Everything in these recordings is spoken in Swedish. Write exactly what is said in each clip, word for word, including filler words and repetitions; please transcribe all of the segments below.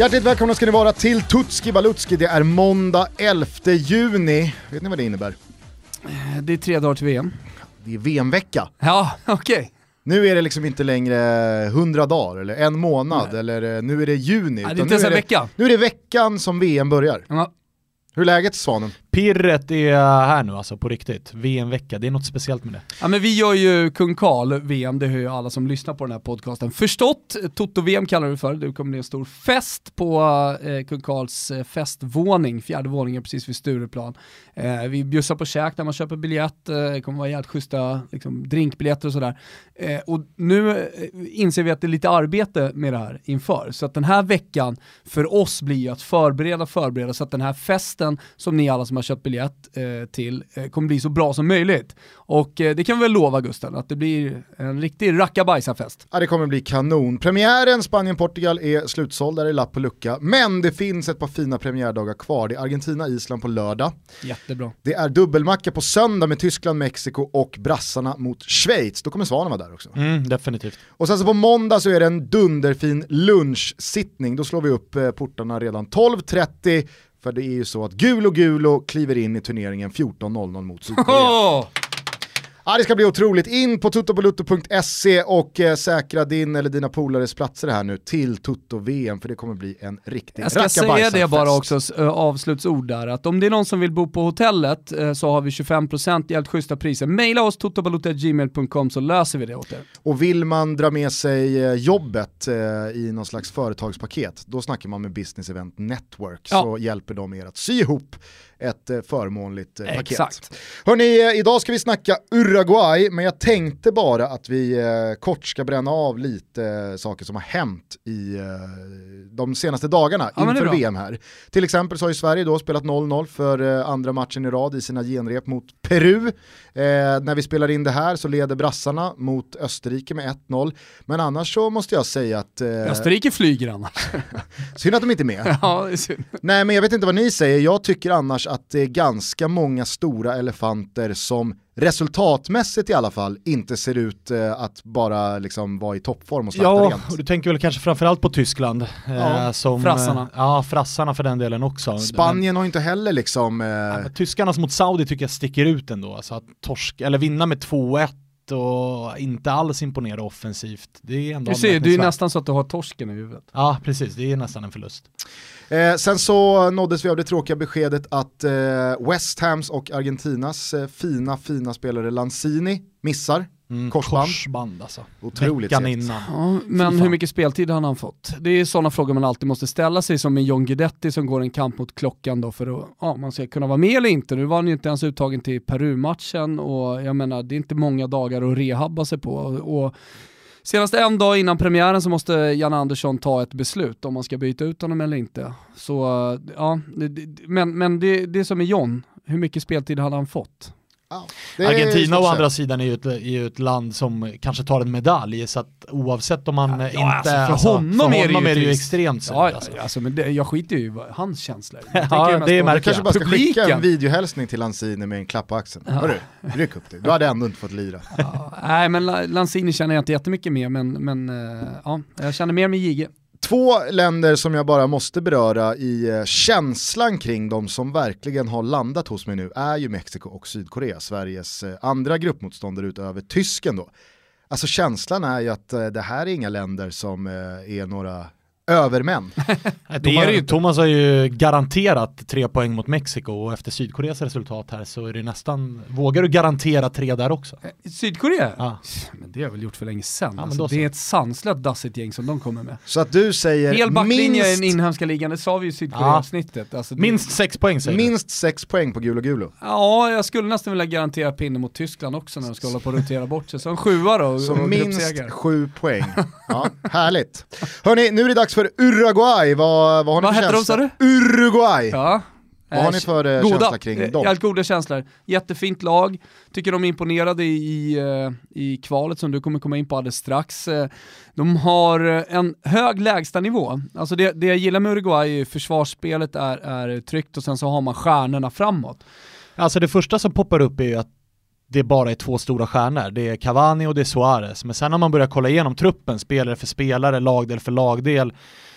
Hjärtligt välkomna ska ni vara till Tutski Balutski. Det är måndag elfte juni. Vet ni vad det innebär? Det är tre dagar till V M. Det är V M-vecka. Ja, okej. Okay. Nu är det liksom inte längre hundra dagar eller en månad. Nej. Eller nu är det juni. Nej, det är inte ens en vecka. Nu är det veckan som V M börjar. Ja. Hur är läget, Svanen? Pirret är här nu alltså, på riktigt. V M-vecka, det är något speciellt med det. Ja, men vi gör ju Kung Karl V M, det har ju alla som lyssnar på den här podcasten förstått. Toto-V M kallar vi för. Det kommer bli en stor fest på eh, Kung Karls eh, festvåning, fjärde våningen precis vid Stureplan. Eh, vi bjussar på käk där man köper biljett, eh, det kommer vara jävligt schyssta liksom, drinkbiljetter och sådär. Eh, och nu eh, inser vi att det är lite arbete med det här inför. Så att den här veckan för oss blir ju att förbereda, förbereda så att den här festen som ni alla som har köpt biljett eh, till eh, kommer bli så bra som möjligt. Och eh, det kan vi väl lova, Gusten, att det blir en riktig rackabajsafest. Ja, det kommer bli kanon. Premiären Spanien-Portugal är slutsåld, där är lapp på lucka. Men det finns ett par fina premiärdagar kvar. Det är Argentina-Island på lördag. Jättebra. Det är dubbelmacka på söndag med Tyskland, Mexiko och brassarna mot Schweiz. Då kommer Svanen vara där också. Mm, definitivt. Och sen så på måndag så är det en dunderfin lunchsittning. Då slår vi upp eh, portarna redan tolv trettio. För det är ju så att Gulo Gulo kliver in i turneringen fjorton noll noll mot Sydkorea. Ja, det ska bli otroligt. In på tuttobalutto punkt se och eh, säkra din eller dina polares platser här nu till Tutto-V M, för det kommer bli en riktig Jag ska säga det bara också, äh, avslutsord där, att om det är någon som vill bo på hotellet äh, så har vi tjugofem procent i helt schyssta priser. Maila oss tuttobalutto at gmail punkt com så löser vi det åt er. Och vill man dra med sig eh, jobbet eh, i någon slags företagspaket, då snackar man med Business Event Network, ja. Så hjälper de er att sy ihop ett eh, förmånligt eh, paket. Exakt. Hörrni, eh, idag ska vi snacka Uruguay, men jag tänkte bara att vi eh, kort ska bränna av lite eh, saker som har hänt i eh, de senaste dagarna ja, inför V M här. Till exempel så har ju Sverige då spelat noll noll för eh, andra matchen i rad i sina genrep mot Peru. Eh, när vi spelar in det här så leder brassarna mot Österrike med ett noll. Men annars så måste jag säga att... Eh, Österrike flyger annars. synd att de inte är med. Ja, det är synd. Nej, men jag vet inte vad ni säger. Jag tycker annars att det är ganska många stora elefanter som resultatmässigt i alla fall inte ser ut eh, att bara liksom vara i toppform och slakta ja, rent. Och du tänker väl kanske framförallt på Tyskland. Ja, eh, som, frassarna. Ja, frassarna för den delen också. Spanien men, har inte heller liksom... Eh... Ja, tyskarnas mot Saudi tycker jag sticker ut ändå. Alltså att torsk, eller vinna med två ett och inte alls imponera offensivt. Det är ändå du ser, det är nästan så att du har torsken i huvudet. Ja, precis. Det är nästan en förlust. Eh, sen så nåddes vi av det tråkiga beskedet att eh, West Hams och Argentinas eh, fina, fina spelare Lanzini missar. Mm, korsband. korsband alltså. Otroligt veckan sett. innan. Ja, men hur mycket speltid har han fått? Det är sådana frågor man alltid måste ställa sig, som med John Guidetti som går en kamp mot klockan då för att ja, man ska kunna vara med eller inte. Nu var han ju inte ens uttagen till Peru-matchen och jag menar, det är inte många dagar att rehabba sig på. Och senast en dag innan premiären så måste Jan Andersson ta ett beslut om man ska byta ut honom eller inte. Så ja, det, men, men det, det som är John, hur mycket speltid hade han fått? Ja, Argentina å andra sidan är ju, ett, är ju ett land som kanske tar en medalj, så att oavsett om man ja, inte... Ja, alltså för alltså, honom, för är, honom det är det ju trist. extremt ja, sett. Alltså. Alltså, men det, jag skiter ju i hans känslor. Ja, det är märkligt. Kanske bara ska publiken. skicka en videohälsning till Lanzini med en klapp på axeln. Ja. Hörru, ryck upp det. Du hade ändå inte fått lira. Ja, nej, men Lanzini känner jag inte jättemycket med, men, men uh, ja, jag känner mer med J G. Två länder som jag bara måste beröra i eh, känslan kring dem som verkligen har landat hos mig nu är ju Mexiko och Sydkorea, Sveriges eh, andra gruppmotståndare utöver tysken då. Alltså känslan är ju att eh, det här är inga länder som eh, är några övermän. Det är ju, Thomas har ju garanterat tre poäng mot Mexiko och efter Sydkoreas resultat här så är det nästan, vågar du garantera tre där också? Sydkorea? Ja. Men det har jag väl gjort för länge sedan. Ja, alltså, det är ett sanslöst dassigt gäng som de kommer med. Så att du säger hel backlinje minst... i den inhemska ligan, det sa vi ju i Sydkorea-avsnittet. Ja. Alltså, det... Minst sex poäng säger Minst du. sex poäng på Gulo Gulo. Ja, jag skulle nästan vilja garantera pinne mot Tyskland också när de ska hålla på att rotera bort sig. Så en sjua då. Så och minst sju poäng. Ja, härligt. Hörrni, nu är det dags för Uruguay. Vad, vad har ni vad för heter de, sa du? Uruguay. Ja. Vad har ni för eh, goda, känsla kring dem? Helt goda känslor. Jättefint lag. Tycker de är imponerade i, i kvalet som du kommer komma in på alldeles strax. De har en hög lägsta nivå. Alltså det, det jag gillar med Uruguay är försvarsspelet är, är tryggt och sen så har man stjärnorna framåt. Alltså det första som poppar upp är ju att det bara är två stora stjärnor. Det är Cavani och det är Suarez. Men sen när man börjar kolla igenom truppen, spelare för spelare, lagdel för lagdel,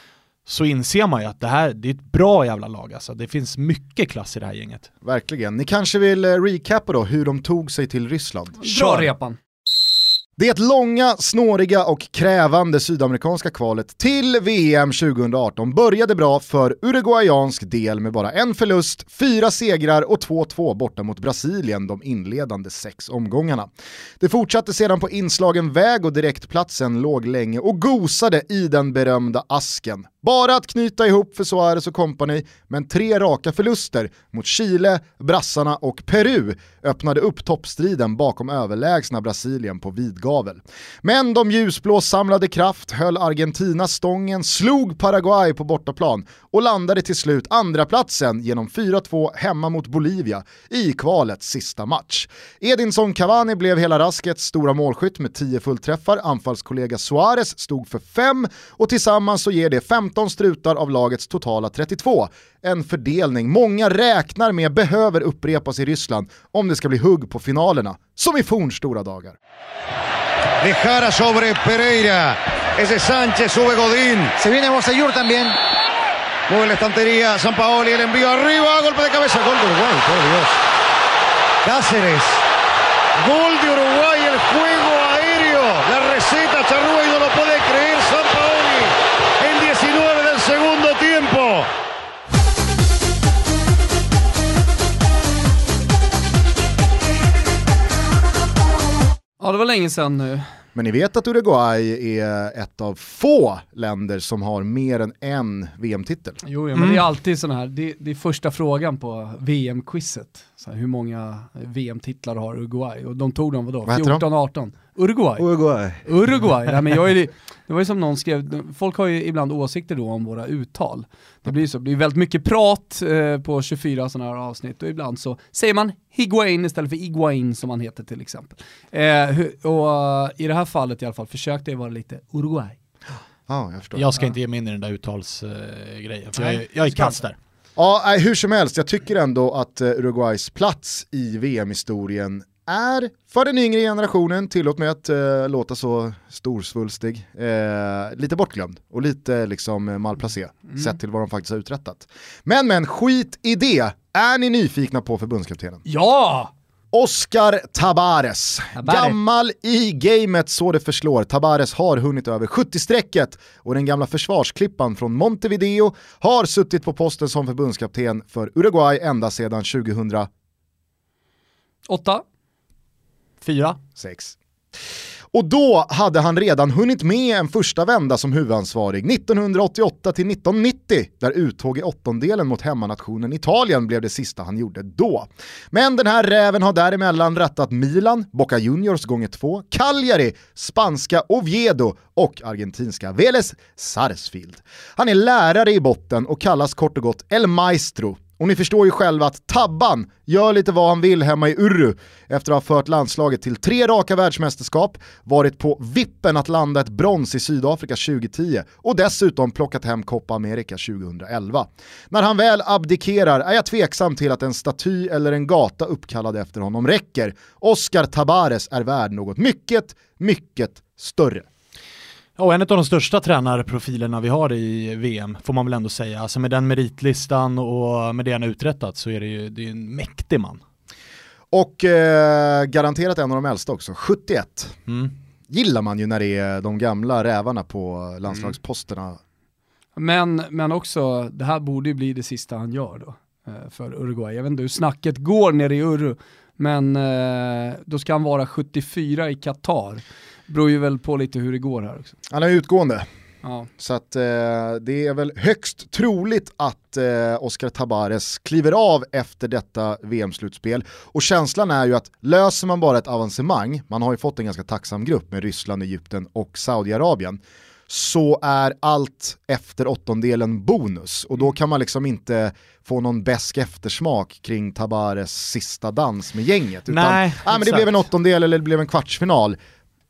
så inser man ju att det här det är ett bra jävla lag. Alltså. Det finns mycket klass i det här gänget. Verkligen. Ni kanske vill recappa då hur de tog sig till Ryssland. Dra repan. Det långa, snåriga och krävande sydamerikanska kvalet till V M tjugo arton började bra för uruguayansk del med bara en förlust, fyra segrar och två två borta mot Brasilien de inledande sex omgångarna. Det fortsatte sedan på inslagen väg och direktplatsen låg länge och gosade i den berömda asken. Bara att knyta ihop för Suarez och company, men tre raka förluster mot Chile, brassarna och Peru öppnade upp toppstriden bakom överlägsna Brasilien på vidgavel. Men de ljusblå samlade kraft, höll Argentina stången, slog Paraguay på bortaplan och landade till slut andra platsen genom fyra två hemma mot Bolivia i kvalets sista match. Edinson Cavani blev hela raskets stora målskytt med tio fullträffar, anfallskollega Suarez stod för fem och tillsammans så ger det femton strutar av lagets totala trettiotvå. En fördelning många räknar med behöver upprepas i Ryssland om det ska bli hugg på finalerna, som i fornstora dagar. Dejara sobre Pereira. Ese Sánchez, sube Godín. Se viene Bocellur también. Mueve la estantería, Sampaoli, el envío arriba, golpe de cabeza, gol de Uruguay, por Dios. Cáceres, gol de Uruguay, el juego aéreo, la receta, Charrúa y no lo puede creer, Sampaoli, en diecinueve del segundo tiempo. Ja, det var länge sedan nu. Men ni vet att Uruguay är ett av få länder som har mer än en V M-titel. Jo, ja, men mm. det är alltid sån här, det, det är första frågan på V M-quizet. Så här, hur många V M-titlar har Uruguay? Och de tog dem vadå? fjorton arton. Uruguay. Uruguay. Uruguay. Ja, men jag är, det var ju som någon skrev, folk har ju ibland åsikter då om våra uttal. Det blir så, det blir väldigt mycket prat eh, på tjugofyra sådana här avsnitt och ibland så säger man Higuain istället för Iguain som han heter till exempel. Eh, och uh, i det här fallet i alla fall försökte jag vara lite Uruguay. Ja, jag förstår. Jag ska inte ge mig in i den där uttalsgrejen, uh, för jag, jag är kast där. Ja, nej, hur som helst, jag tycker ändå att uh, Uruguays plats i V M-historien är för den yngre generationen, tillåt mig att uh, låta så storsvulstig, uh, lite bortglömd och lite liksom uh, malplacé mm. sett till vad de faktiskt har uträttat. Men men skit i det, är ni nyfikna på förbundskaptenen? Ja! Oscar Tabares. Tabares. Gammal i gamet så det förslår. Tabares har hunnit över sjuttio-strecket och den gamla försvarsklippan från Montevideo har suttit på posten som förbundskapten för Uruguay ända sedan tjugohundraåtta. Fyra. Sex. Och då hade han redan hunnit med en första vända som huvudansvarig nittonhundraåttioåtta till nittonhundranittio, där uttåg i åttondelen mot hemmanationen Italien blev det sista han gjorde då. Men den här räven har däremellan rattat Milan, Boca Juniors gånger två, Cagliari, spanska Oviedo och argentinska Vélez Sarsfield. Han är lärare i botten och kallas kort och gott El Maestro. Och ni förstår ju själva att Tabban gör lite vad han vill hemma i Uru efter att ha fört landslaget till tre raka världsmästerskap, varit på vippen att landa ett brons i Sydafrika tjugohundratio och dessutom plockat hem Copa America tjugohundraelva. När han väl abdikerar är jag tveksam till att en staty eller en gata uppkallad efter honom räcker. Oscar Tabares är värd något mycket, mycket större. Och en av de största tränarprofilerna vi har i V M får man väl ändå säga. Alltså med den meritlistan och med det han uträttat så är det ju det är en mäktig man. Och eh, garanterat en av de äldsta också, sjuttioett. Mm. Gillar man ju när det är de gamla rävarna på landslagsposterna. Mm. Men, men också, det här borde ju bli det sista han gör då eh, för Uruguay. Jag vet inte hur snacket går nere i Uru, men eh, då ska han vara sjuttiofyra i Qatar. Beror ju väl på lite hur det går här också. Han är utgående. Ja. Så att eh, det är väl högst troligt att eh, Oscar Tabares kliver av efter detta V M-slutspel. Och känslan är ju att löser man bara ett avancemang, man har ju fått en ganska tacksam grupp med Ryssland, Egypten och Saudiarabien, så är allt efter åttondelen bonus. Och då kan man liksom inte få någon bäsk eftersmak kring Tabares sista dans med gänget. Utan, Nej, ah, men det blev en åttondel eller det blev en kvartsfinal.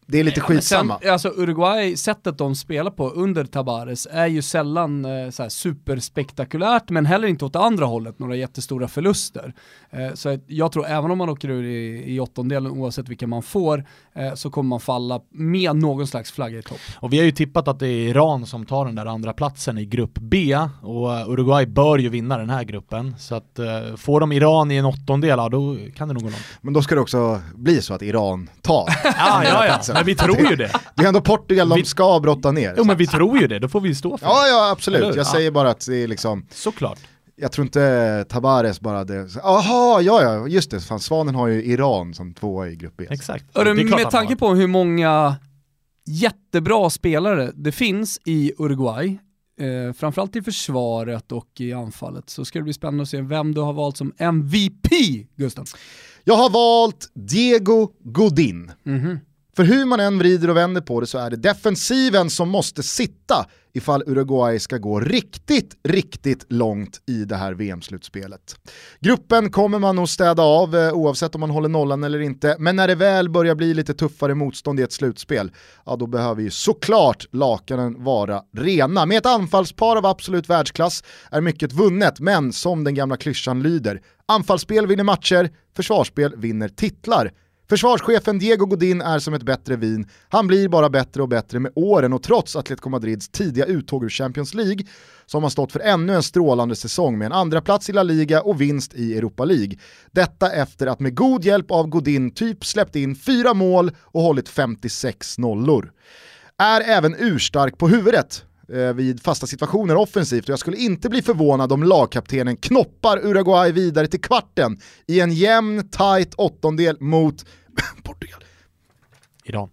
det är lite skitsamma. Sen, alltså Uruguay, sättet de spelar på under Tabares är ju sällan eh, så här superspektakulärt, men heller inte åt andra hållet, några jättestora förluster. Eh, så jag tror även om man åker ur i, i åttondelen, oavsett vilka man får, eh, så kommer man falla med någon slags flagga i topp. Och vi har ju tippat att det är Iran som tar den där andra platsen i grupp B, och Uruguay bör ju vinna den här gruppen. Så att eh, får de Iran i en åttondel, då kan det nog gå långt. Men då ska det också bli så att Iran tar ja, ja, ja. Men vi tror ju det. Det är ändå Portugal de vi... ska brotta ner. Jo, men vi tror ju det, då får vi stå för det. Ja, ja, absolut. Jag ja. säger bara att det är liksom... Såklart. Jag tror inte Tabares bara det. Jaha, ja, ja, just det. Fan, Svanen har ju Iran som tvåa i grupp B. Exakt. Det med tanke på hur många jättebra spelare det finns i Uruguay, eh, framförallt i försvaret och i anfallet, så ska det bli spännande att se vem du har valt som M V P, Gustav. Jag har valt Diego Godin. Mhm. För hur man än vrider och vänder på det så är det defensiven som måste sitta ifall Uruguay ska gå riktigt, riktigt långt i det här V M-slutspelet. Gruppen kommer man nog städa av eh, oavsett om man håller nollan eller inte, men när det väl börjar bli lite tuffare motstånd i ett slutspel, ja då behöver ju såklart lakanen vara rena. Med ett anfallspar av absolut världsklass är mycket vunnet, men som den gamla klyschan lyder, anfallsspel vinner matcher, försvarsspel vinner titlar. Försvarschefen Diego Godin är som ett bättre vin. Han blir bara bättre och bättre med åren, och trots Atletico Madrids tidiga uttåg ur Champions League som har stått för ännu en strålande säsong med en andra plats i La Liga och vinst i Europa League. Detta efter att med god hjälp av Godin typ släppt in fyra mål och hållit femtiosex nollor. Är även urstark på huvudet vid fasta situationer offensivt, och jag skulle inte bli förvånad om lagkaptenen knoppar Uruguay vidare till kvarten i en jämn, tight åttondel mot Portugal. Iran.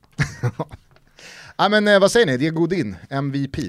Ja, men vad säger ni? Det är Godin, M V P.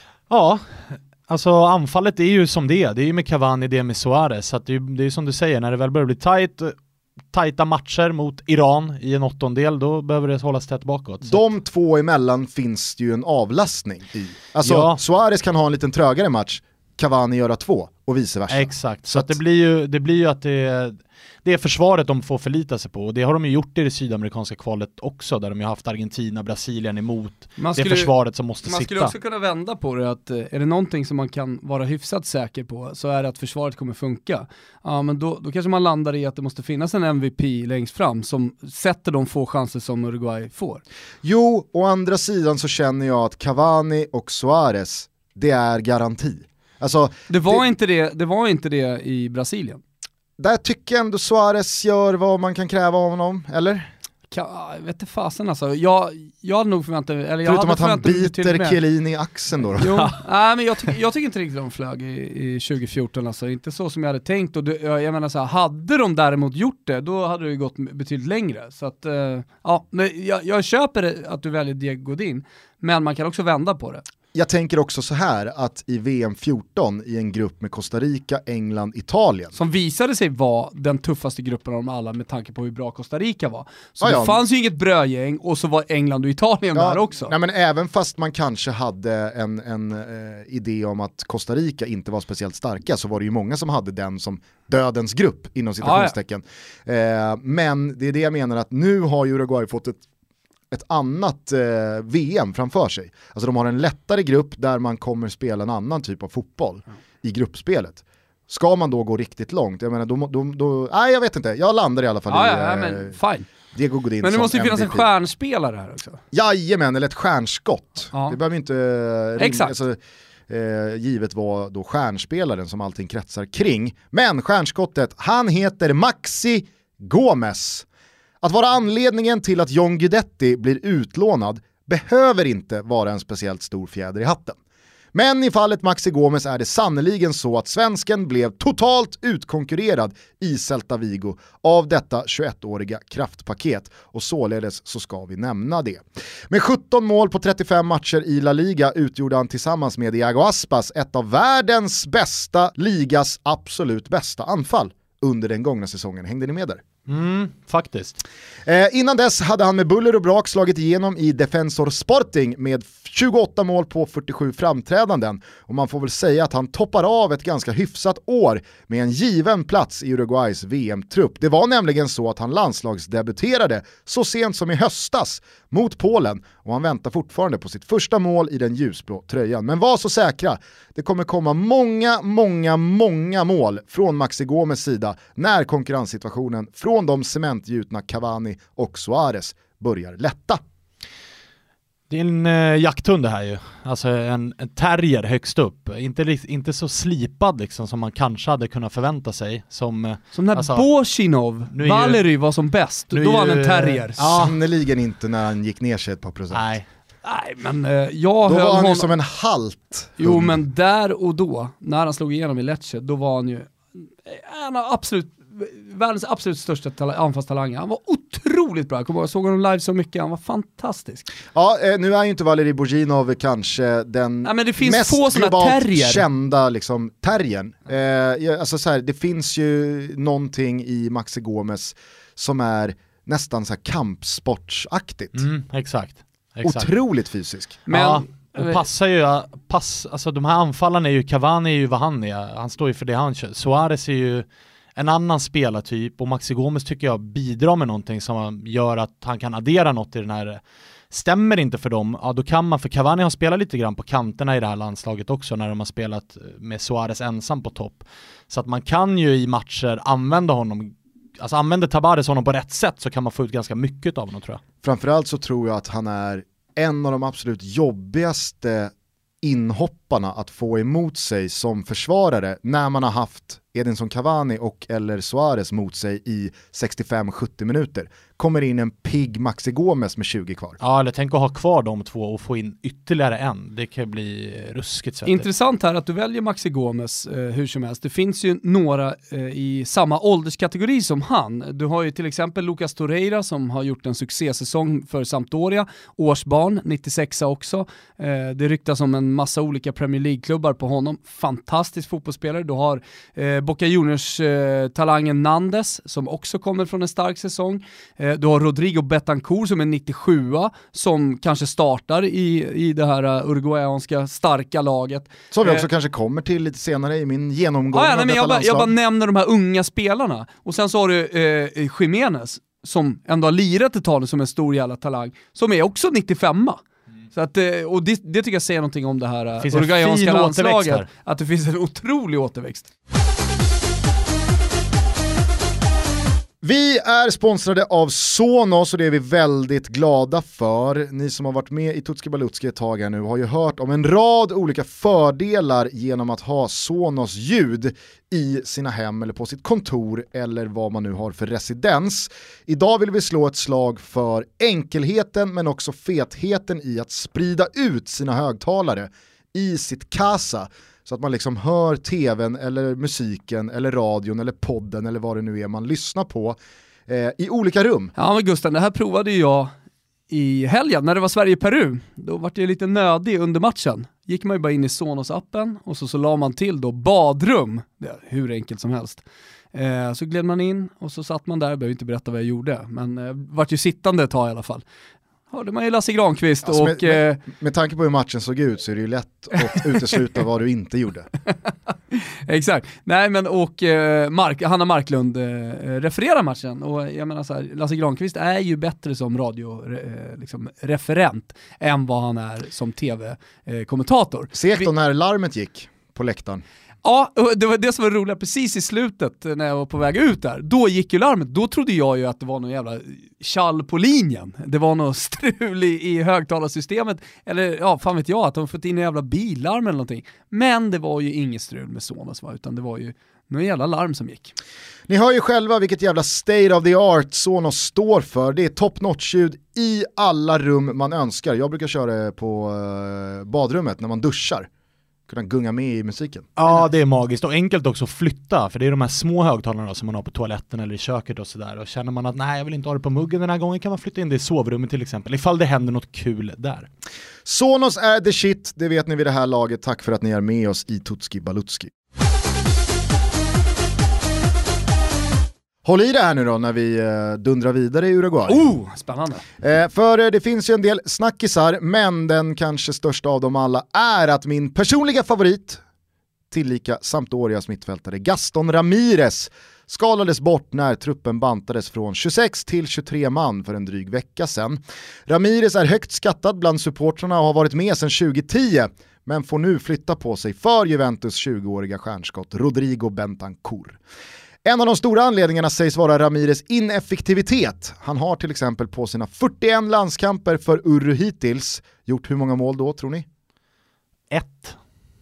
Ja, alltså anfallet är ju som det är. Det är ju med Cavani, det är med Suarez. Så att det, är, det är som du säger, när det väl börjar bli tight, tajta matcher mot Iran i en åttondel, då behöver det hållas tätt bakåt. De två emellan finns det ju en avlastning i. Alltså ja. Suarez kan ha en liten trögare match, Cavani göra två och vice versa. Exakt, så, så att det blir ju, det blir ju att det, det är försvaret de får förlita sig på, och det har de ju gjort i det sydamerikanska kvalet också, där de ju haft Argentina, Brasilien emot. Man skulle, det är försvaret som måste man sitta. Man skulle också kunna vända på det, att är det någonting som man kan vara hyfsat säker på, så är det att försvaret kommer funka. Ja, men då, då kanske man landar i att det måste finnas en M V P längst fram som sätter de få chanser som Uruguay får. Jo, å andra sidan så känner jag att Cavani och Suarez, det är garanti. Alltså, det, var det, inte det, det var inte det i Brasilien. Där tycker jag ändå Suarez gör vad man kan kräva av honom, eller? Ka, jag vet inte fasen alltså. Jag, jag hade nog förväntat mig... Eller jag Förutom hade att han biter Chiellini i axeln då. då. Jo, nej, men jag, ty- jag tycker inte riktigt de flög i, i tjugo fjorton. Alltså. Inte så som jag hade tänkt. Och det, jag, jag menar så här, hade de däremot gjort det, då hade det ju gått betydligt längre. Så att, uh, ja, men jag, jag köper det, att du väljer Diego Godin. Men man kan också vända på det. Jag tänker också så här, att i V M fjorton i en grupp med Costa Rica, England, Italien, som visade sig vara den tuffaste gruppen av dem alla med tanke på hur bra Costa Rica var. Så ja, det ja. fanns ju inget brödgäng, och så var England och Italien ja, där också. Nej, men även fast man kanske hade en, en eh, idé om att Costa Rica inte var speciellt starka, så var det ju många som hade den som dödens grupp inom citationstecken. Ja, ja. Eh, men det är det jag menar, att nu har ju Uruguay fått ett ett annat eh, V M framför sig. Alltså de har en lättare grupp där man kommer spela en annan typ av fotboll mm. i gruppspelet. Ska man då gå riktigt långt? Jag menar, då, då, då, nej jag vet inte, jag landar i alla fall ja, i ja, eh, men, fine. Diego Godin. Men det måste ju finnas M V P. en stjärnspelare här också. Jajamän, eller ett stjärnskott. Ja. Det behöver inte ringa, exakt. Alltså, eh, givet var då stjärnspelaren som allting kretsar kring. Men stjärnskottet, han heter Maxi Gomez. Att vara anledningen till att John Guidetti blir utlånad behöver inte vara en speciellt stor fjäder i hatten. Men i fallet Maxi Gomez är det sannoliken så att svensken blev totalt utkonkurrerad i Celta Vigo av detta tjugoettåriga kraftpaket, och således så ska vi nämna det. Med sjutton mål på trettiofem matcher i La Liga utgjorde han tillsammans med Iago Aspas ett av världens bästa ligas absolut bästa anfall under den gångna säsongen. Hängde ni med där? Mm, faktiskt. Eh, innan dess hade han med buller och brak slagit igenom i Defensor Sporting med tjugoåtta mål på fyrtiosju framträdanden, och man får väl säga att han toppar av ett ganska hyfsat år med en given plats i Uruguays V M-trupp. Det var nämligen så att han landslagsdebuterade så sent som i höstas mot Polen, och han väntar fortfarande på sitt första mål i den ljusblå tröjan. Men var så säkra, det kommer komma många, många, många mål från Maxi Gomes sida när konkurrenssituationen från de cementgjutna Cavani och Suarez börjar lätta. Det är en äh, jakthund det här ju. Alltså en, en terrier högst upp. Inte, inte så slipad liksom som man kanske hade kunnat förvänta sig. Som, som när alltså, Borsinov, Valeri var som bäst. Då var han en terrier. Ja. Sannoliken inte när han gick ner sig ett par procent. Nej. Nej, men uh, jag Då höll var han hon... ju som en halt. Jo, hund. men där och då, när han slog igenom i Lecce, då var han ju en av absolut världens absolut största tal- anfallstalang. Han var otroligt bra. Jag kommer ihåg, jag såg honom live så mycket. Han var fantastisk. Ja, eh, nu är ju inte Valeri Borsinov kanske den ja, men det finns mest få globalt terrier. kända liksom, terriern. Eh, alltså, så här, det finns ju någonting i Maxi Gomes som är nästan så här kampsportsaktigt. Mm, exakt. exakt. Otroligt fysisk. Men ja, och passar ju, pass, alltså de här anfallarna är ju, Cavani är ju vad han är. Han står ju för det han kör. Suarez är ju en annan spelartyp, och Maxi Gomes tycker jag bidrar med någonting som gör att han kan addera något i den här. Stämmer inte för dem, ja då kan man, för Cavani har spelat lite grann på kanterna i det här landslaget också när de har spelat med Suarez ensam på topp. Så att man kan ju i matcher använda honom, alltså använder Tabares honom på rätt sätt, så kan man få ut ganska mycket av honom, tror jag. Framförallt så tror jag att han är en av de absolut jobbigaste inhopparna att få emot sig som försvarare när man har haft Edinson Cavani och eller Suarez mot sig i sextiofem sjuttio minuter. Kommer in en pigg Maxi Gomes med tjugo kvar. Ja, eller tänk att ha kvar de två och få in ytterligare en. Det kan bli ruskigt svettigt. Intressant här att du väljer Maxi Gomes eh, hur som helst. Det finns ju några eh, i samma ålderskategori som han. Du har ju till exempel Lucas Torreira som har gjort en succésäsong för Sampdoria. Årsbarn, nittiosex också. Eh, det ryktas om en massa olika Premier League-klubbar på honom. Fantastisk fotbollsspelare. Du har eh, Boca Juniors-talangen eh, Nandes som också kommer från en stark säsong. Eh, du har Rodrigo Betancourt som är nittiosju som kanske startar i, i det här uh, uruguayanska starka laget. Som vi också eh, kanske kommer till lite senare i min genomgång ah, ja, av nej, men detta jag, ba, landslag. jag bara nämner de här unga spelarna. Och sen så har du eh, Jiménez som ändå har lirat ett tag som en stor jävla talang som är också nittiofem. Så att, och det, det tycker jag säger någonting om det här uh, uruguayanska landslaget. Att det finns en otrolig återväxt. Vi är sponsrade av Sonos och det är vi väldigt glada för. Ni som har varit med i Tutski Balutski ett tag här nu har ju hört om en rad olika fördelar genom att ha Sonos ljud i sina hem eller på sitt kontor eller vad man nu har för residens. Idag vill vi slå ett slag för enkelheten men också fetheten i att sprida ut sina högtalare i sitt casa. Så att man liksom hör tvn eller musiken eller radion eller podden eller vad det nu är man lyssnar på eh, i olika rum. Ja men Gustav, det här provade jag i helgen när det var Sverige-Peru. Då var det lite nödig under matchen. Gick man ju bara in i Sonos-appen och så, så la man till då badrum. Det är hur enkelt som helst. Eh, så gled man in och så satt man där. Jag behöver inte berätta vad jag gjorde. Men eh, vart ju sittande ett tag i alla fall. Hörde man ju Lasse Granqvist alltså, och... Med, med, med tanke på hur matchen såg ut så är det ju lätt att utesluta vad du inte gjorde. Exakt. Nej men och eh, Mark, Hanna Marklund eh, refererar matchen och jag menar så här, Lasse Granqvist är ju bättre som radio eh, liksom, referent än vad han är som tv-kommentator. Segt då när larmet gick på läktaren. Ja, det var det som var roligt precis i slutet när jag var på väg ut där. Då gick ju larmet. Då trodde jag ju att det var någon jävla tjall på linjen. Det var något strul i, i högtalarsystemet. Eller ja, fan vet jag, att de fått in en jävla billarm eller någonting. Men det var ju inget strul med Sonos, va? Utan det var ju någon jävla larm som gick. Ni hör ju själva vilket jävla state of the art Sonos står för. Det är top notch-ljud i alla rum man önskar. Jag brukar köra det på uh, badrummet när man duschar. Kunna gunga med i musiken. Ja, det är magiskt och enkelt också att flytta, för det är de här små högtalarna som man har på toaletten eller i köket och sådär. Och känner man att nej, jag vill inte ha det på muggen den här gången, kan man flytta in det i sovrummet till exempel, ifall det händer något kul där. Sonos är the shit, det vet ni vid det här laget. Tack för att ni är med oss i Tutski Balutski. Håll i det här nu då när vi eh, dundrar vidare i Uruguay. Oh, spännande. Eh, för eh, det finns ju en del snackisar, men den kanske största av dem alla är att min personliga favorit, tillika Sampdorias mittfältare Gaston Ramirez, skalades bort när truppen bantades från tjugosex till tjugotre man för en dryg vecka sedan. Ramirez är högt skattad bland supportrarna och har varit med sedan tjugohundratio, men får nu flytta på sig för Juventus tjugoåriga stjärnskott Rodrigo Bentancur. En av de stora anledningarna sägs vara Ramirez ineffektivitet. Han har till exempel på sina fyrtioen landskamper för Uru hittills gjort hur många mål då, tror ni? Ett.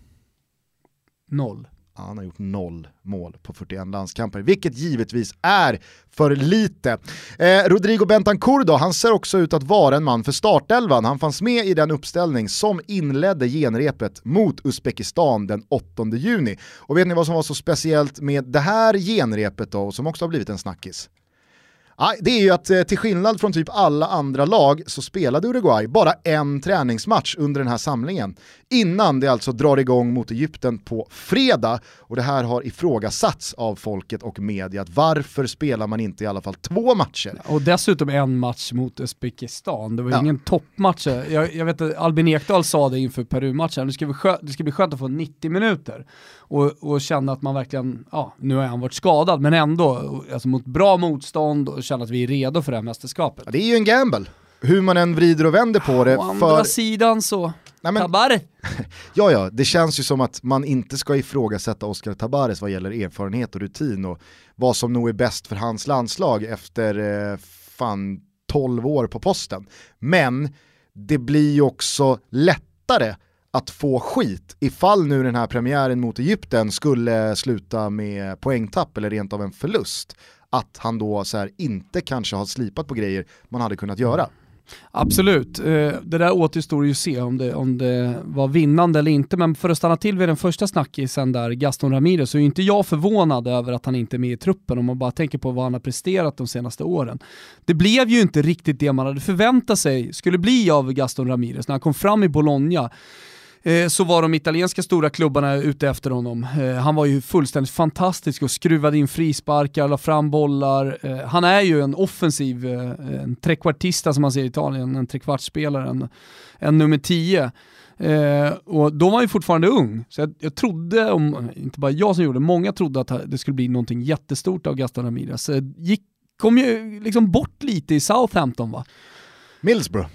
Noll. Ja, han har gjort noll mål på fyrtioen landskamper, vilket givetvis är för lite. Eh, Rodrigo Bentancur då, han ser också ut att vara en man för startelvan. Han fanns med i den uppställning som inledde genrepet mot Uzbekistan den åttonde juni. Och vet ni vad som var så speciellt med det här genrepet då, som också har blivit en snackis? Ja, det är ju att eh, till skillnad från typ alla andra lag så spelade Uruguay bara en träningsmatch under den här samlingen innan det alltså drar igång mot Egypten på fredag, och det här har ifrågasatts av folket och media. Varför spelar man inte i alla fall två matcher? Och dessutom en match mot Uzbekistan. Det var Ja. ingen toppmatch. Jag, jag vet att Albin Ekdal sa det inför Peru-matchen. Det ska bli skönt, det ska bli skönt att få nittio minuter och, och känna att man verkligen, ja, nu har han varit skadad, men ändå alltså mot bra motstånd och känna att vi är redo för det här mästerskapet. Ja, det är ju en gamble. Hur man än vrider och vänder på det. Å andra för... sidan så... Nej, men... Tabar! Ja, ja, det känns ju som att man inte ska ifrågasätta Oscar Tabares vad gäller erfarenhet och rutin och vad som nog är bäst för hans landslag efter eh, fan tolv år på posten. Men det blir ju också lättare att få skit ifall nu den här premiären mot Egypten skulle sluta med poängtapp eller rent av en förlust. Att han då så här inte kanske har slipat på grejer man hade kunnat göra. Absolut, det där återstår ju att se om det, om det var vinnande eller inte, men för att stanna till vid den första snackisen där, Gaston Ramirez, så är inte jag förvånad över att han inte är med i truppen om man bara tänker på vad han har presterat de senaste åren. Det blev ju inte riktigt det man hade förväntat sig skulle bli av Gaston Ramirez när han kom fram i Bologna. Så var de italienska stora klubbarna ute efter honom. Han var ju fullständigt fantastisk och skruvade in frisparkar, la fram bollar. Han är ju en offensiv, en trekvartista som man ser i Italien, en trekvartsspelare, en, en nummer tio. Och då var han ju fortfarande ung. Så jag, jag trodde, om, inte bara jag som gjorde, många trodde att det skulle bli någonting jättestort av Gaston Ramirez. Gick, kom ju liksom bort lite i Southampton, va? Middlesbrough.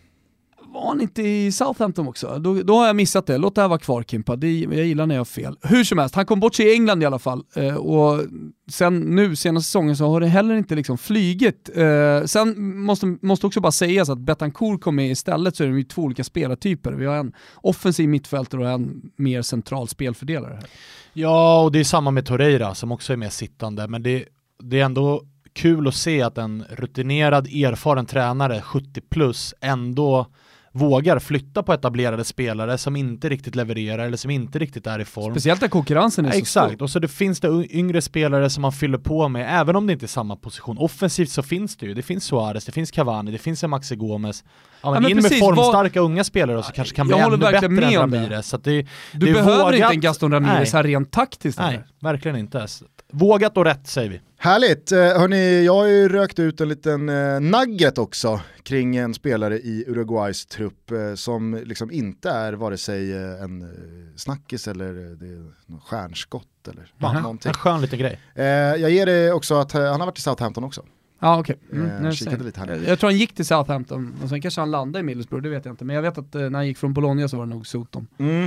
Var han inte i Southampton också? Då, då har jag missat det. Låt det här vara kvar, Kimpa. Det, jag gillar när jag har fel. Hur som helst, han kom bort sig i England i alla fall. Eh, och sen nu, senaste säsongen, så har det heller inte liksom flygit. Eh, sen måste, måste också bara sägas att Bentancur kom med istället, så är det ju två olika spelartyper. Vi har en offensiv mittfältare och en mer central spelfördelare här. Ja, och det är samma med Torreira som också är mer sittande. Men det, det är ändå kul att se att en rutinerad, erfaren tränare, sjuttio plus, ändå vågar flytta på etablerade spelare som inte riktigt levererar eller som inte riktigt är i form. Speciellt när konkurrensen är ja, så exakt. stor. Och så det finns det yngre spelare som man fyller på med, även om det inte är samma position. Offensivt så finns det ju. Det finns Suarez, det finns Cavani, det finns Maxi Gomez. Ja, men ja, men in precis, med formstarka vad... unga spelare och så kanske kan jag bli ännu bättre med än om Ramirez. Så att det, du det behöver vågat... inte en Gaston Ramirez Nej. här rent taktiskt. Nej, eller? verkligen inte. Vågat och rätt, säger vi. Härligt, hörni, jag har ju rökt ut en liten eh, nugget också kring en spelare i Uruguays trupp eh, som liksom inte är vare sig eh, en eh, snackis eller eh, det är någon stjärnskott eller Aha, någonting. en skön liten grej. Eh, jag ger det också att eh, han har varit i Southampton också. Ja, okej. Okay. Mm, Eh, kikade lite här. jag tror han gick till Southampton och sen kanske han landade i Middlesbrough, det vet jag inte. Men jag vet att eh, när han gick från Bologna så var det nog Soton. Mm.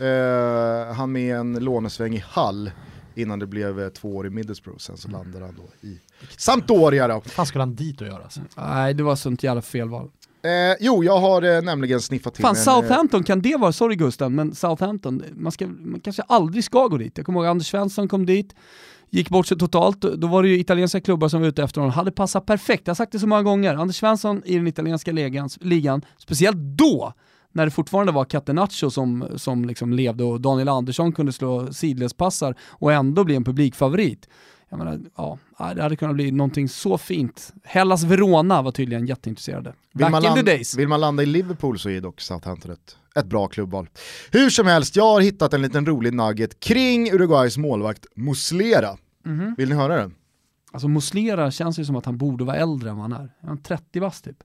Eh, han med en lånesväng i Hull innan det blev eh, två år i Middlesbrough, sen så landade han då i Sampdoria då. Vad fan skulle han dit och göra? Alltså? Nej, det var sånt jävla felval. Eh, jo, jag har eh, nämligen sniffat till Fan, en, Southampton, kan det vara, sorry Gusten, men Southampton, man, ska, man kanske aldrig ska gå dit. Jag kommer ihåg Anders Svensson kom dit, gick bort sig totalt, då var det ju italienska klubbar som var ute efter honom, hade passat perfekt, jag har sagt det så många gånger, Anders Svensson i den italienska ligan, ligan speciellt då, när det fortfarande var Catenaccio som, som liksom levde och Daniel Andersson kunde slå sidledspassar och ändå bli en publikfavorit. Jag menar, ja, det hade kunnat bli någonting så fint. Hellas Verona var tydligen jätteintresserade. Vill man, Back in land, the days. vill man landa i Liverpool så är dock Southampton ett, ett bra klubbval. Hur som helst, jag har hittat en liten rolig nugget kring Uruguays målvakt Muslera. Mm-hmm. Vill ni höra den? Alltså Muslera känns ju som att han borde vara äldre än vad han är. Han är trettio bast typ.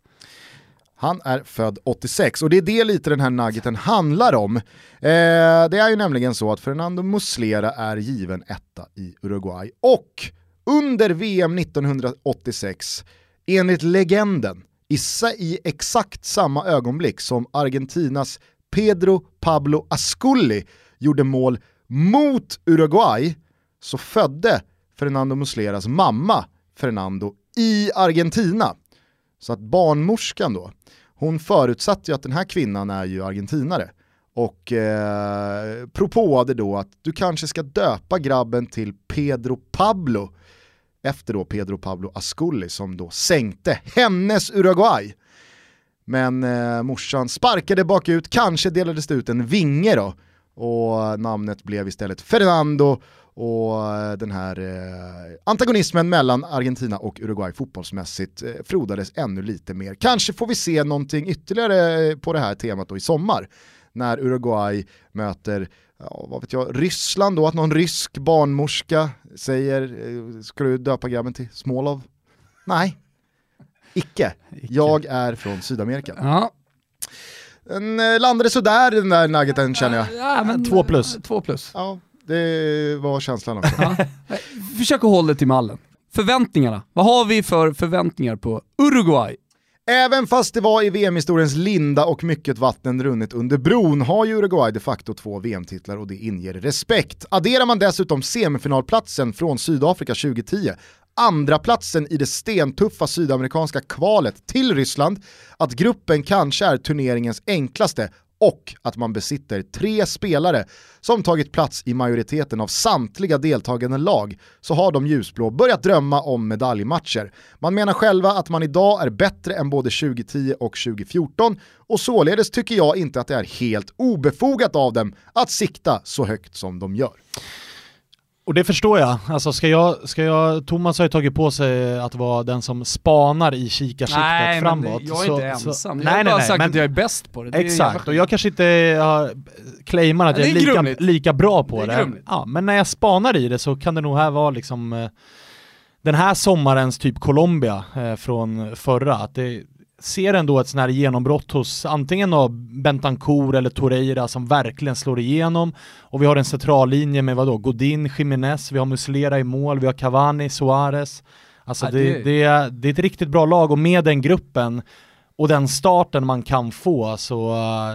Han är född åttiosex och det är det lite den här nuggeten handlar om. Eh, det är ju nämligen så att Fernando Muslera är given etta i Uruguay. Och under V M nittonhundraåttiosex, enligt legenden, i, i exakt samma ögonblick som Argentinas Pedro Pablo Asculli gjorde mål mot Uruguay, så födde Fernando Musleras mamma Fernando i Argentina. Så att barnmorskan då, hon förutsatte ju att den här kvinnan är ju argentinare. Och eh, propåade då att du kanske ska döpa grabben till Pedro Pablo. Efter då Pedro Pablo Asculli som då sänkte hennes Uruguay. Men eh, morsan sparkade bakut, kanske delades det ut en vinge då. Och namnet blev istället Fernando. Och den här eh, antagonismen mellan Argentina och Uruguay fotbollsmässigt eh, frodades ännu lite mer. Kanske får vi se någonting ytterligare på det här temat då i sommar. När Uruguay möter, ja, vad vet jag, Ryssland då. Att någon rysk barnmorska säger, eh, ska du döpa grabben till Smolov? Nej, icke. Icke. Jag är från Sydamerika. Ja. Den eh, landade sådär den där nuggeten känner jag. Ja, men, två plus. Två plus. Ja. Det var känslan också. Ja. Försök att hålla det till mallen. Förväntningarna. Vad har vi för förväntningar på Uruguay? Även fast det var i V M-historiens linda och mycket vatten runnit under bron har ju Uruguay de facto två V M-titlar och det inger respekt. Adderar man dessutom semifinalplatsen från Sydafrika tjugohundratio, andra platsen i det stentuffa sydamerikanska kvalet till Ryssland, att gruppen kanske är turneringens enklaste och att man besitter tre spelare som tagit plats i majoriteten av samtliga deltagande lag, så har de ljusblå börjat drömma om medaljmatcher. Man menar själva att man idag är bättre än både tjugohundratio och tjugohundrafjorton och således tycker jag inte att det är helt obefogat av dem att sikta så högt som de gör. Och det förstår jag. Alltså ska jag, ska jag, Thomas har ju tagit på sig att vara den som spanar i kikarsiktet nej, framåt. Men jag är så, inte ensam. Så, jag nej, har nej, bara nej, sagt men, att jag är bäst på det. det exakt, och jag kanske inte har claimar att ja, jag är, är lika, lika bra på det. det. Ja, men när jag spanar i det så kan det nog här vara liksom eh, den här sommarens typ Colombia eh, från förra. Att det ser ändå ett sån här genombrott hos antingen då Bentancur eller Torreira som verkligen slår igenom, och vi har en centrallinje med vadå, Godin, Jiménez, vi har Muslera i mål, vi har Cavani, Suarez. Alltså ja, det, det, det, är, det är ett riktigt bra lag, och med den gruppen och den starten man kan få så,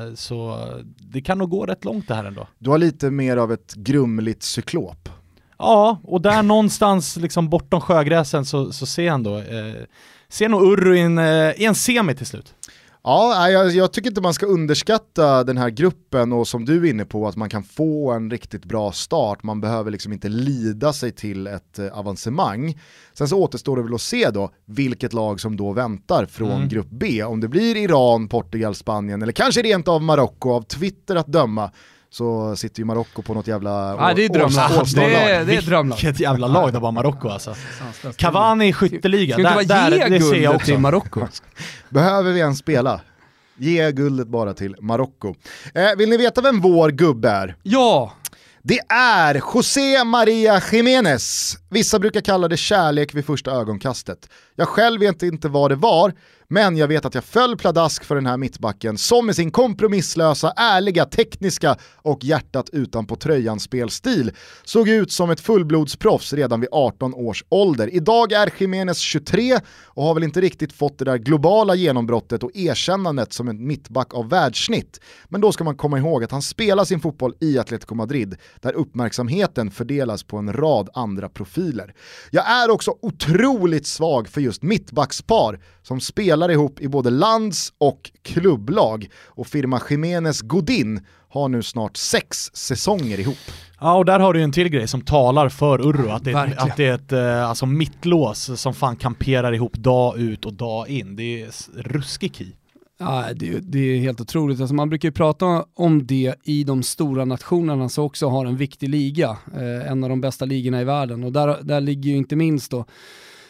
så det kan nog gå rätt långt det här ändå. Du har lite mer av ett grumligt cyklop. Ja, och där någonstans liksom bortom sjögräsen så, så ser han då eh, ser nog Urru i en, i en semi till slut. Ja, jag, jag tycker inte man ska underskatta den här gruppen, och som du är inne på att man kan få en riktigt bra start. Man behöver liksom inte lida sig till ett eh, avancemang. Sen så återstår det väl att se då vilket lag som då väntar från mm. grupp B. Om det blir Iran, Portugal, Spanien eller kanske rent av Marocko, av Twitter att döma. Så sitter ju Marocko på något jävla ja, det är drömlag. Det är, det är drömlag. Vilket jävla lag det var Marocko alltså. Cavani i skytteliga. Ska inte där, ge där, det ser jag också. Till Marocko? Behöver vi ens spela? Ge guldet bara till Marocko. Eh, vill ni veta vem vår gubbe är? Ja! Det är José María Jiménez. Vissa brukar kalla det kärlek vid första ögonkastet. Jag själv vet inte vad det var, men jag vet att jag föll pladask för den här mittbacken som med sin kompromisslösa, ärliga, tekniska och hjärtat utanpå tröjan spelstil såg ut som ett fullblodsproffs redan vid arton års ålder. Idag är Jiménez tjugotre och har väl inte riktigt fått det där globala genombrottet och erkännandet som en mittback av världssnitt. Men då ska man komma ihåg att han spelar sin fotboll i Atletico Madrid, där uppmärksamheten fördelas på en rad andra profiler. Jag är också otroligt svag för just mittbackspar som spelar ihop i både lands- och klubblag, och firma Jiménez Godin har nu snart sex säsonger ihop. Ja, och där har du en till grej som talar för Urru, att det är, att det är ett eh, alltså mittlås som fan kamperar ihop dag ut och dag in. Det är ruskig key. Ja, det, det är helt otroligt. Alltså man brukar ju prata om det i de stora nationerna som också har en viktig liga. Eh, en av de bästa ligorna i världen. Och där, där ligger ju inte minst då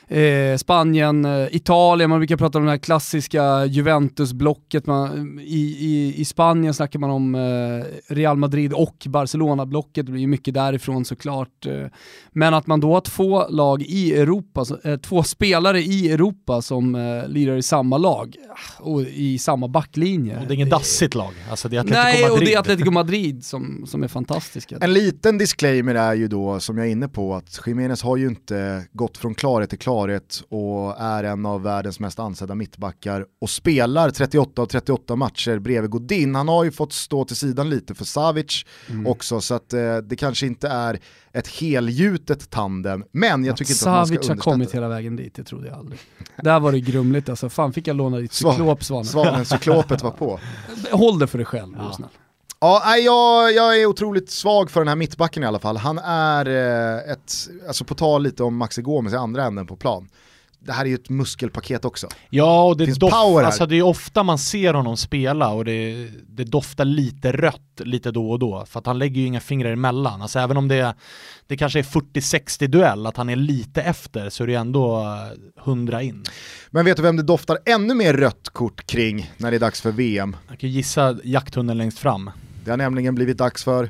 Eh, Spanien, eh, Italien, man brukar prata om det här klassiska Juventus-blocket. Man, i, i, I Spanien snackar man om eh, Real Madrid och Barcelona-blocket, det blir ju mycket därifrån såklart. Eh, men att man då har två lag i Europa, så, eh, två spelare i Europa som eh, lirar i samma lag och i samma backlinje. Och det är ingen dassigt lag, alltså det är Atletico Nej, Madrid. och det är Atletico Madrid som, som är fantastiska. En liten disclaimer är ju då, som jag är inne på, att Jiménez har ju inte gått från klarhet till klarhet och är en av världens mest ansedda mittbackar och spelar trettioåtta av trettioåtta matcher bredvid Godin. Han har ju fått stå till sidan lite för Savic mm. också, så att eh, det kanske inte är ett helgjutet tandem, men jag att tycker inte Savic att man ska underskatta. har kommit hela vägen dit, det trodde jag aldrig. Där var det grumligt alltså, fan fick jag låna ditt cyklop, Svanen. Svanen, cyklopet var på. Håll det för dig själv, ja. snäll. Ja, jag, jag är otroligt svag för den här mittbacken i alla fall. Han är eh, ett, alltså på tal lite om Maxi Gómez i andra änden på plan. Det här är ju ett muskelpaket också. Ja, och det, finns dof- power här. alltså det är ofta man ser honom spela och det, det doftar lite rött lite då och då. För att han lägger ju inga fingrar emellan. Alltså även om det, det kanske är fyrtio sextio duell, att han är lite efter, så är det ändå hundra in. Men vet du vem det doftar ännu mer rött kort kring när det är dags för V M? Jag kan gissa jakthunden längst fram. Det har nämligen blivit dags för...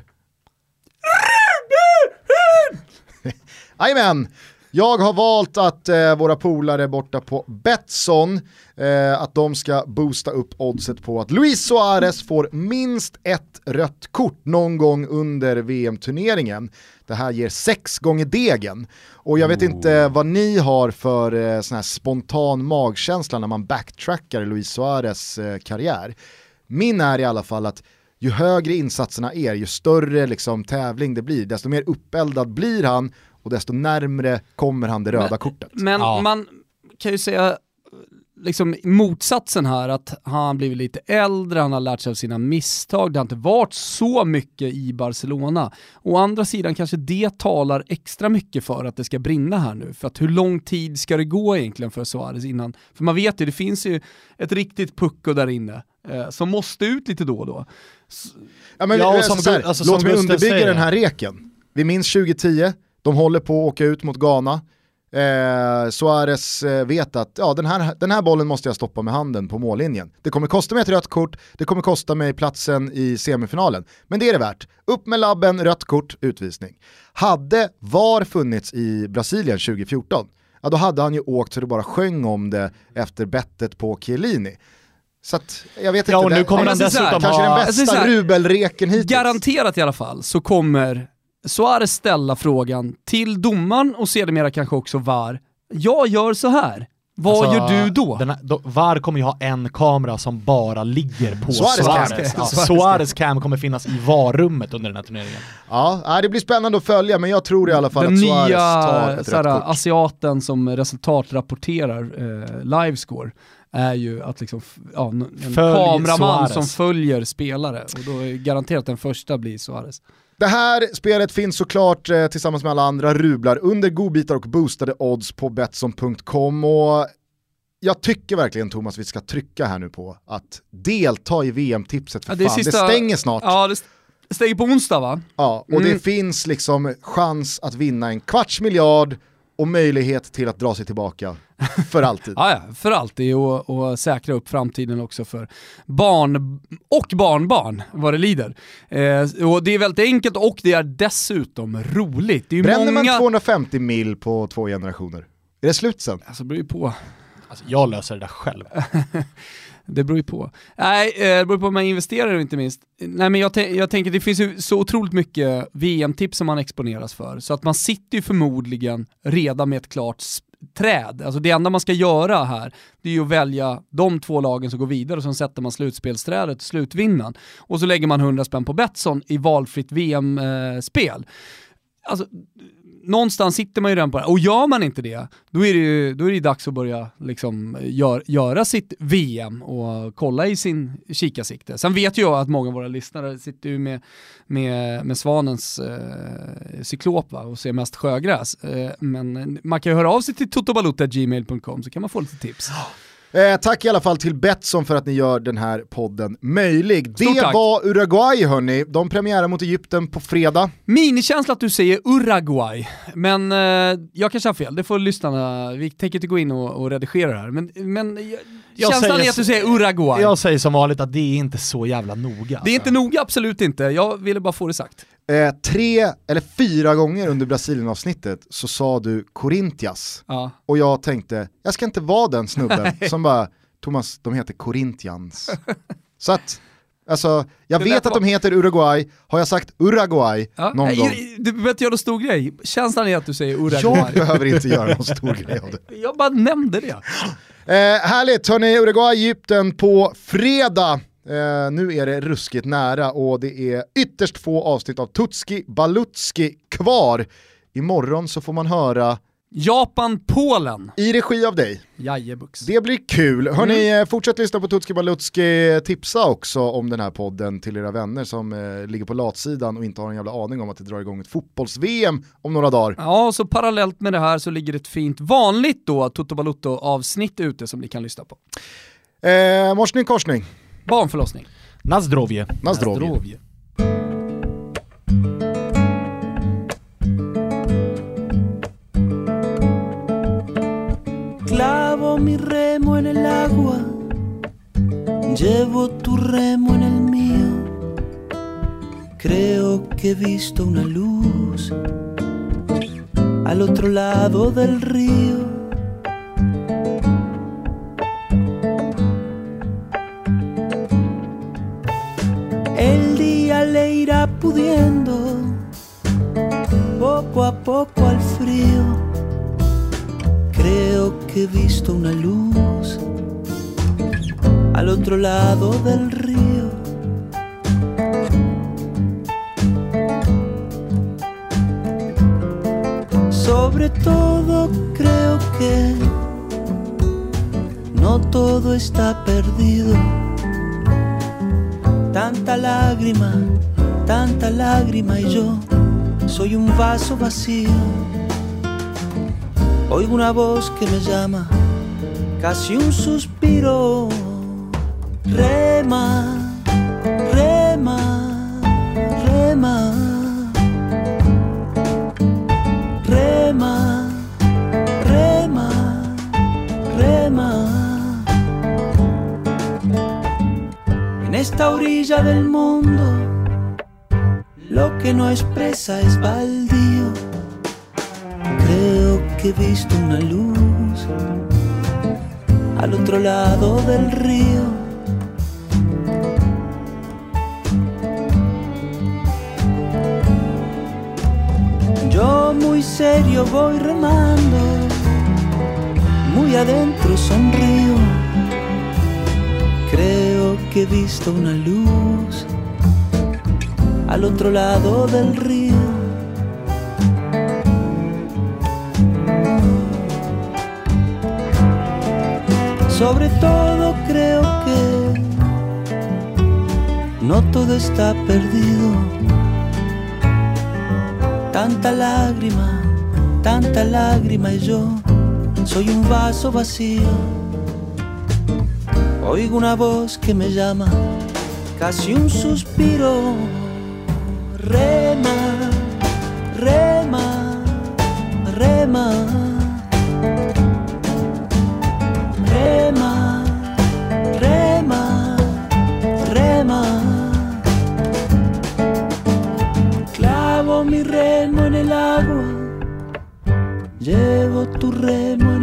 Jajamän! Jag har valt att eh, våra polare borta på Betsson, eh, att de ska boosta upp oddset på att Luis Suarez får minst ett rött kort någon gång under V M-turneringen. Det här ger sex gånger degen. Och jag vet oh. inte vad ni har för eh, sån här spontan magkänsla när man backtrackar Luis Suarez eh, karriär. Min är i alla fall att ju högre insatserna är, ju större liksom, tävling det blir, desto mer uppeldad blir han och desto närmre kommer han det röda men, kortet. Men ja. Man kan ju säga liksom motsatsen här, att han blivit lite äldre, han har lärt sig av sina misstag, det har inte varit så mycket i Barcelona. Å andra sidan kanske det talar extra mycket för att det ska brinna här nu, för att hur lång tid ska det gå egentligen för Suarez innan? För man vet ju, det finns ju ett riktigt pucko där inne eh, som måste ut lite då och då. S- ja, men, ja, som, så här, alltså, låt mig underbygga säger. Den här reken. Vi minns tjugo tio, de håller på att åka ut mot Ghana. Eh, Suarez eh, vet att ja, den, här, den här bollen måste jag stoppa med handen på mållinjen. Det kommer kosta mig ett rött kort, det kommer kosta mig platsen i semifinalen. Men det är det värt. Upp med labben, rött kort, utvisning. Hade V A R funnits i Brasilien tjugo fjorton, ja, då hade han ju åkt så det bara sjöng om det efter bettet på Chiellini. Så att, jag vet inte, ja, och nu det, kommer han dessutom kanske ha... den bästa här, rubelreken hittills. Garanterat i alla fall så kommer Suarez ställa frågan till domaren och sedermera kanske också V A R. Jag gör så här. Vad alltså, gör du då? Den här, då? V A R kommer ju ha en kamera som bara ligger på Suarez. Suarez. Ja, Suarez cam kommer finnas i V A R-rummet under den här turneringen. Ja, det blir spännande att följa, men jag tror i alla fall den att Suarez tar ett rött kort. Den nya asiaten som resultatrapporterar eh, livescore är ju att liksom, ja, en Följ kameraman Suarez. Som följer spelare, och då är garanterat att den första blir Suarez. Det här spelet finns såklart eh, tillsammans med alla andra rublar under godbitar och boostade odds på Betsson punkt com, och jag tycker verkligen, Thomas, vi ska trycka här nu på att delta i V M-tipset för ja, det fan. Sista, det stänger snart. Ja, det stänger på onsdag, va? Ja, och mm. det finns liksom chans att vinna en kvarts miljard och möjlighet till att dra sig tillbaka för alltid. Ja, ja, för alltid, och, och säkra upp framtiden också för barn och barnbarn, vad det lider. Eh, och det är väldigt enkelt och det är dessutom roligt. Det är Bränner många... man tvåhundrafemtio mil på två generationer? Är det slut sen? Alltså, det beror ju på. Alltså, jag löser det där själv. Det beror ju på. Nej, det beror på om man investerar inte minst. Nej, men jag, t- jag tänker det finns ju så otroligt mycket V M-tips som man exponeras för. Så att man sitter ju förmodligen redan med ett klart träd. Alltså det enda man ska göra här, det är ju att välja de två lagen som går vidare och så sätter man slutspelsträdet, slutvinnan. Och så lägger man hundra spänn på Betsson i valfritt V M-spel. Alltså, någonstans sitter man ju redan på det. Och gör man inte det, då är det ju, då är det dags att börja liksom gör, göra sitt V M och kolla i sin kikarsikte. Sen vet jag att många av våra lyssnare sitter ju med, med, med Svanens eh, cyklop, va, och ser mest sjögräs. Eh, men man kan ju höra av sig till totobalutta punkt gmail punkt com så kan man få lite tips. Eh, tack i alla fall till Betsson för att ni gör den här podden möjlig. Stort Det tack. var Uruguay hörni, de premiärar mot Egypten på fredag. Minikänsla att du säger Uruguay, men eh, jag kanske har fel, det får lyssnarna, vi tänker inte gå in och, och redigera det här, men, men jag, Jag känslan säger är att du säger Uruguay. Jag säger som vanligt att det är inte så jävla noga. Det är inte noga, absolut inte, jag ville bara få det sagt. Eh, tre eller fyra gånger under Brasilien-avsnittet så sa du Corinthians. Ja. Och jag tänkte, jag ska inte vara den snubben som bara, Thomas, de heter Corinthians. Så att, alltså, jag Det vet lät att de bra. heter Uruguay, har jag sagt Uruguay Ja. någon Nej, gång? Du behöver inte göra någon stor grej, känslan är att du säger Jag Uruguay. behöver inte göra någon stor grej av det. Jag bara nämnde det. Eh, härligt, hörni, Uruguay-Egypten på fredag. Eh, nu är det ruskigt nära och det är ytterst få avsnitt av Tutski Balutski kvar. Imorgon så får man höra Japan-Polen. i regi av dig. Jajebux. Det blir kul. Hörni, mm. fortsätt lyssna på Tutski Balutski. Tipsa också om den här podden till era vänner som eh, ligger på latsidan och inte har en jävla aning om att det drar igång ett fotbolls-V M om några dagar. Ja, så parallellt med det här så ligger ett fint vanligt då Toto Balutto-avsnitt ute som ni kan lyssna på. Eh, morsning korsning. Barnförlossning. Nazdrovje. Nazdrovje. Nazdrovje. Clavo mi remo en el agua, llevo tu remo en el mío. Creo que he visto una luz al otro lado del río. El día le irá pudiendo poco a poco al frío. Creo que he visto una luz al otro lado del río. Sobre todo creo que no todo está perdido. Tanta lágrima, tanta lágrima y yo soy un vaso vacío. Oigo una voz que me llama, casi un suspiro. Rema, rema, rema. Rema, rema, rema. En esta orilla del mundo, lo que no expresa es baldío. Creo que he visto una luz al otro lado del río. Yo muy serio voy remando, muy adentro sonrío. Creo que he visto una luz al otro lado del río. Sobre todo creo que no todo está perdido. Tanta lágrima, tanta lágrima y yo soy un vaso vacío. Oigo una voz que me llama, casi un suspiro. Rema, rema, rema. Rema, rema, rema. Clavo mi remo en el agua, llevo tu remo